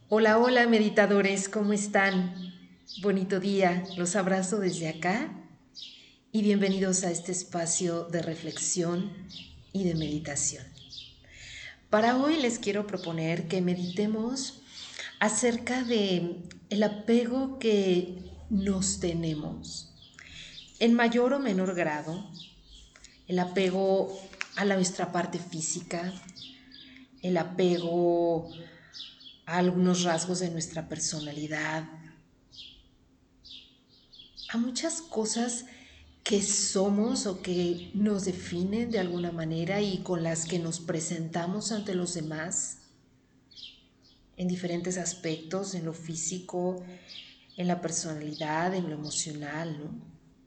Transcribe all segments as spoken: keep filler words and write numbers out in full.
Hola, hola meditadores, ¿cómo están? Bonito día, los abrazo desde acá y bienvenidos a este espacio de reflexión y de meditación. Para hoy les quiero proponer que meditemos acerca de el apego que nos tenemos, en mayor o menor grado, el apego a la- nuestra parte física, el apego a algunos rasgos de nuestra personalidad, a muchas cosas que somos o que nos definen de alguna manera y con las que nos presentamos ante los demás en diferentes aspectos, en lo físico, en la personalidad, en lo emocional, ¿no?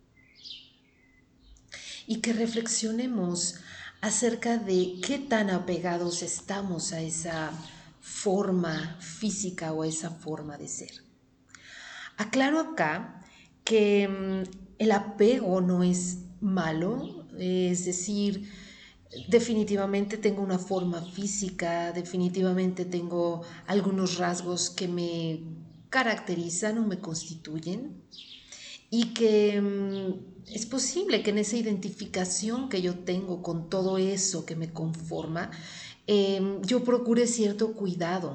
Y que reflexionemos acerca de qué tan apegados estamos a esa forma física o a esa forma de ser. Aclaro acá que mm, el apego no es malo, es decir, definitivamente tengo una forma física, definitivamente tengo algunos rasgos que me caracterizan o me constituyen y que mm, es posible que en esa identificación que yo tengo con todo eso que me conforma, eh, yo procure cierto cuidado,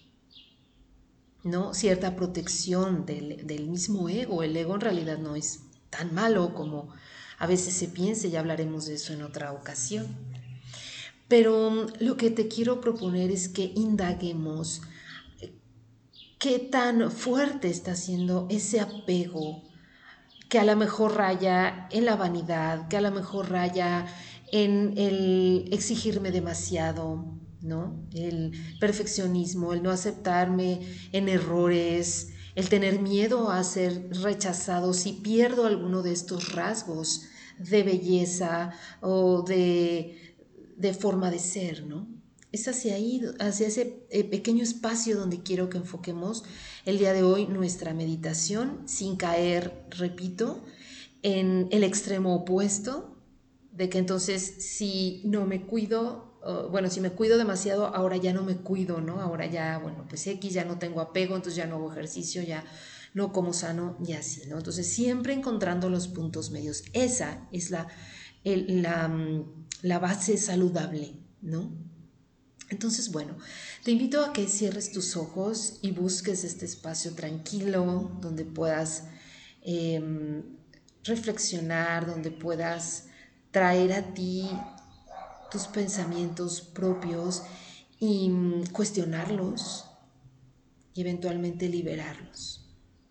¿no? Cierta protección del, del mismo ego. El ego en realidad no es tan malo como a veces se piensa, ya hablaremos de eso en otra ocasión. Pero mm, lo que te quiero proponer es que indaguemos qué tan fuerte está siendo ese apego que a lo mejor raya en la vanidad, que a lo mejor raya en el exigirme demasiado, ¿no? El perfeccionismo, el no aceptarme en errores, el tener miedo a ser rechazado si pierdo alguno de estos rasgos de belleza o de, de forma de ser, ¿no? Es hacia ahí, hacia ese eh, pequeño espacio donde quiero que enfoquemos el día de hoy nuestra meditación, sin caer, repito, en el extremo opuesto, de que entonces si no me cuido, uh, bueno, si me cuido demasiado, ahora ya no me cuido, ¿no? Ahora ya, bueno, pues X, ya no tengo apego, entonces ya no hago ejercicio, ya no como sano y así, ¿no? Entonces siempre encontrando los puntos medios. Esa es la, el, la, mm, la base saludable, ¿no? Entonces, bueno, te invito a que cierres tus ojos y busques este espacio tranquilo donde puedas eh, reflexionar, donde puedas traer a ti tus pensamientos propios y mm, cuestionarlos y eventualmente liberarlos.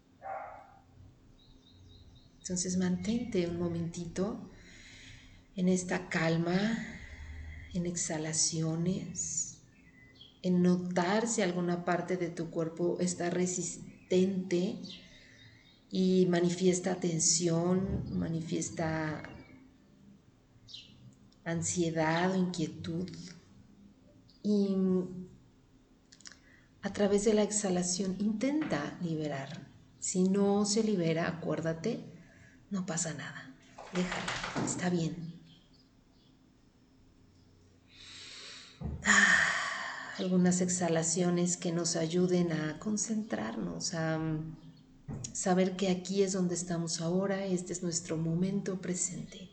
Entonces mantente un momentito en esta calma, en exhalaciones, en notar si alguna parte de tu cuerpo está resistente y manifiesta tensión, manifiesta ansiedad o inquietud. Y a través de la exhalación intenta liberar. Si no se libera, acuérdate, no pasa nada. Déjala, está bien. Algunas exhalaciones que nos ayuden a concentrarnos, a saber que aquí es donde estamos ahora, este es nuestro momento presente.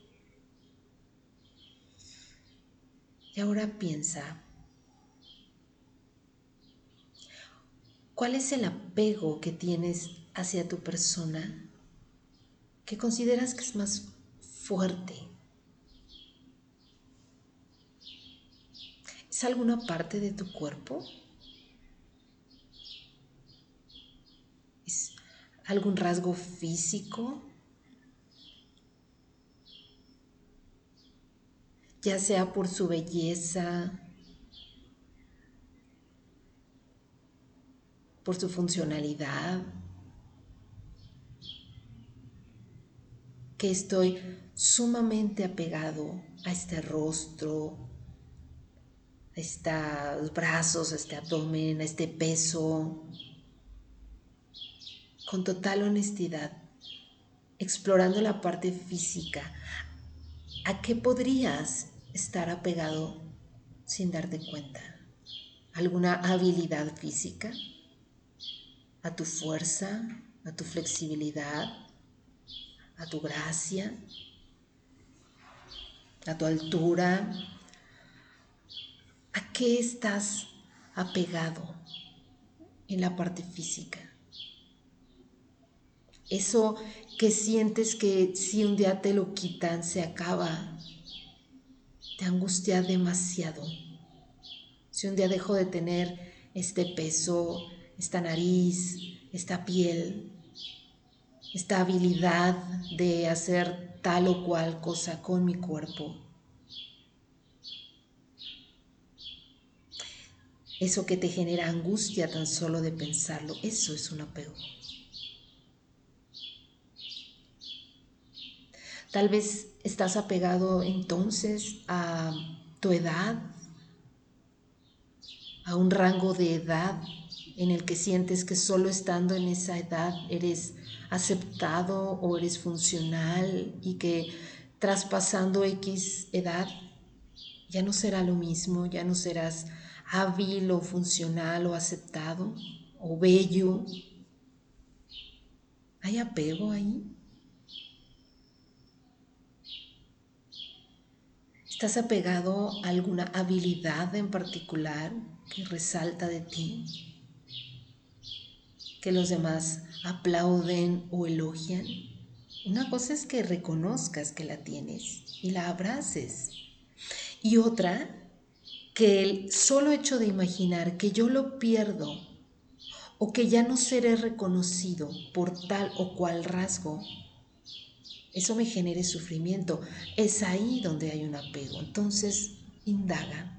Y ahora piensa, ¿cuál es el apego que tienes hacia tu persona que consideras que es más fuerte? ¿Es alguna parte de tu cuerpo? ¿Es algún rasgo físico? Ya sea por su belleza, por su funcionalidad, que estoy sumamente apegado a este rostro, a estos brazos, a este abdomen, a este peso, con total honestidad, explorando la parte física. ¿A qué podrías estar apegado sin darte cuenta? ¿Alguna habilidad física? a tu fuerza, a tu flexibilidad, a tu gracia, a tu altura. ¿A qué estás apegado en la parte física? Eso que sientes que si un día te lo quitan se acaba, te angustia demasiado. Si un día dejo de tener este peso, esta nariz, esta piel, esta habilidad de hacer tal o cual cosa con mi cuerpo, eso que te genera angustia tan solo de pensarlo, eso es un apego. Tal vez estás apegado entonces a tu edad, a un rango de edad en el que sientes que solo estando en esa edad eres aceptado o eres funcional y que traspasando X edad ya no será lo mismo, ya no serás hábil o funcional o aceptado o bello. ¿Hay apego ahí? ¿Estás apegado a alguna habilidad en particular que resalta de ti, que los demás aplauden o elogian? Una cosa es que reconozcas que la tienes y la abraces. Y otra, que el solo hecho de imaginar que yo lo pierdo o que ya no seré reconocido por tal o cual rasgo, eso me genere sufrimiento. Es ahí donde hay un apego. Entonces, indaga.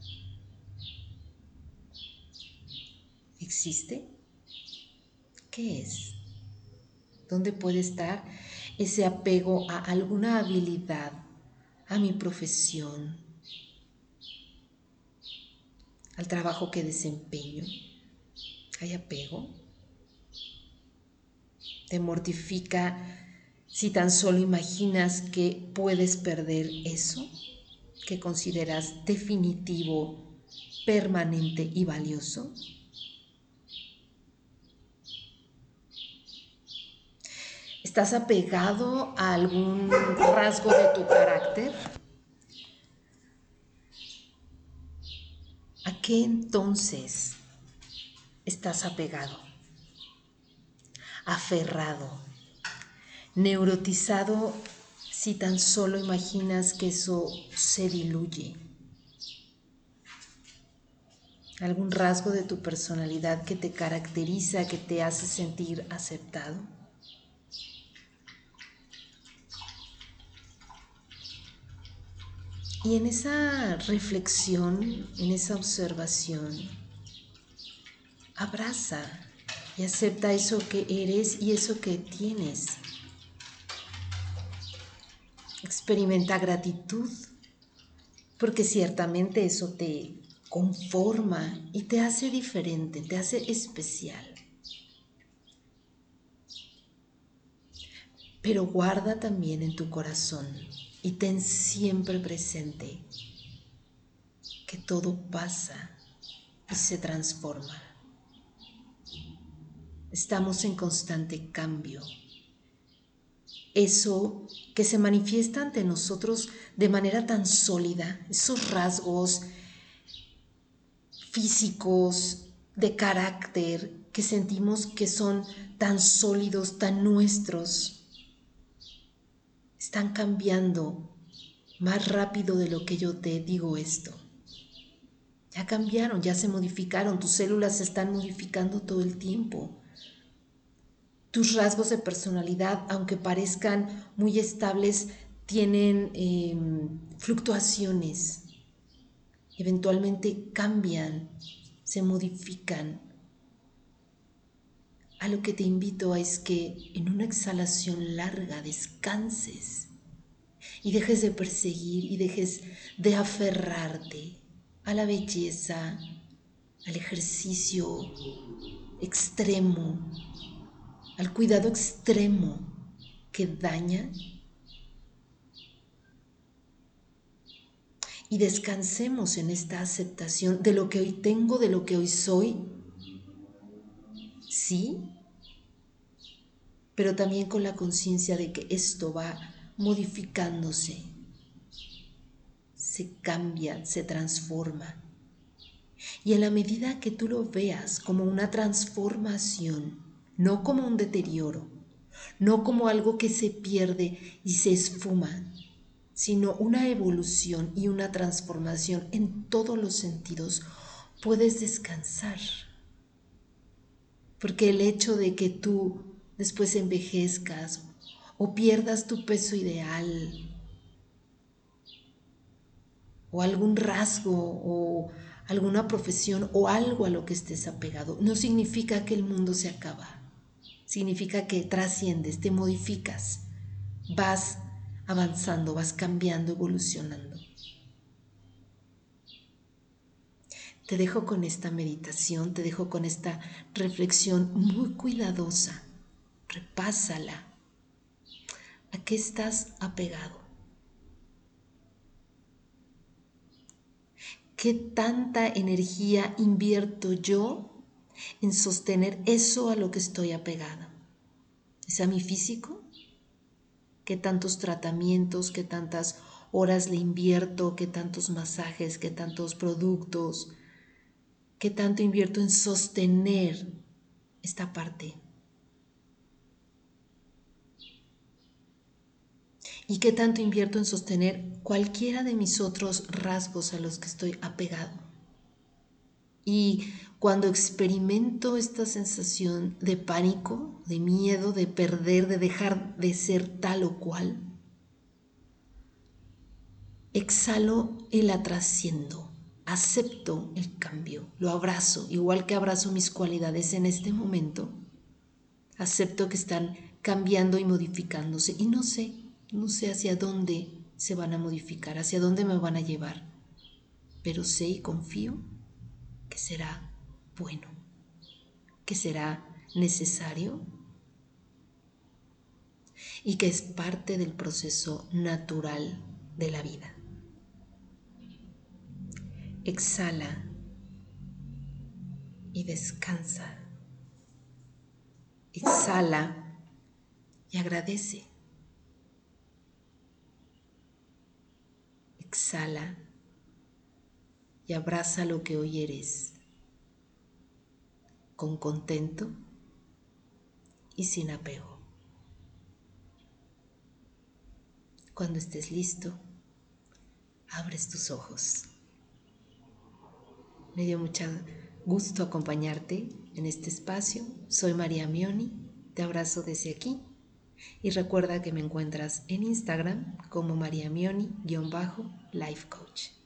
¿Existe? ¿Qué es? ¿Dónde puede estar ese apego a alguna habilidad, a mi profesión, al trabajo que desempeño? ¿Hay apego? ¿Te mortifica si tan solo imaginas que puedes perder eso que consideras definitivo, permanente y valioso? ¿Estás apegado a algún rasgo de tu carácter? ¿A qué entonces estás apegado? Aferrado, neurotizado si tan solo imaginas que eso se diluye. ¿Algún rasgo de tu personalidad que te caracteriza, que te hace sentir aceptado? Y en esa reflexión, en esa observación, abraza y acepta eso que eres y eso que tienes. Experimenta gratitud, porque ciertamente eso te conforma y te hace diferente, te hace especial. Pero guarda también en tu corazón y ten siempre presente que todo pasa y se transforma. Estamos en constante cambio. Eso que se manifiesta ante nosotros de manera tan sólida, esos rasgos físicos, de carácter, que sentimos que son tan sólidos, tan nuestros, están cambiando más rápido de lo que yo te digo esto. Ya cambiaron, ya se modificaron, tus células se están modificando todo el tiempo. Tus rasgos de personalidad, aunque parezcan muy estables, tienen eh, fluctuaciones. Eventualmente cambian, se modifican. A lo que te invito es que en una exhalación larga descanses y dejes de perseguir y dejes de aferrarte a la belleza, al ejercicio extremo, al cuidado extremo que daña, y descansemos en esta aceptación de lo que hoy tengo, de lo que hoy soy, sí, pero también con la conciencia de que esto va modificándose, se cambia, se transforma. Y en la medida que tú lo veas como una transformación, no como un deterioro, no como algo que se pierde y se esfuma, sino una evolución y una transformación en todos los sentidos, puedes descansar. Porque el hecho de que tú después envejezcas o pierdas tu peso ideal o algún rasgo o alguna profesión o algo a lo que estés apegado, no significa que el mundo se acaba. Significa que trasciendes, te modificas, vas avanzando, vas cambiando, evolucionando. Te dejo con esta meditación, te dejo con esta reflexión muy cuidadosa. Repásala. ¿A qué estás apegado? ¿Qué tanta energía invierto yo en sostener eso a lo que estoy apegada? ¿Es a mi físico? ¿Qué tantos tratamientos, qué tantas horas le invierto, qué tantos masajes, qué tantos productos, qué tanto invierto en sostener esta parte? ¿Y qué tanto invierto en sostener cualquiera de mis otros rasgos a los que estoy apegado? Y cuando experimento esta sensación de pánico, de miedo, de perder, de dejar de ser tal o cual, exhalo y la trasciendo, acepto el cambio, lo abrazo, igual que abrazo mis cualidades en este momento, acepto que están cambiando y modificándose y no sé, no sé hacia dónde se van a modificar, hacia dónde me van a llevar, pero sé y confío que será bueno, que será necesario y que es parte del proceso natural de la vida. Exhala y descansa. Exhala y agradece. Exhala y abraza lo que hoy eres, con contento y sin apego. Cuando estés listo, abres tus ojos. Me dio mucho gusto acompañarte en este espacio. Soy María Mioni, te abrazo desde aquí y recuerda que me encuentras en Instagram como María Mioni-Life Coach.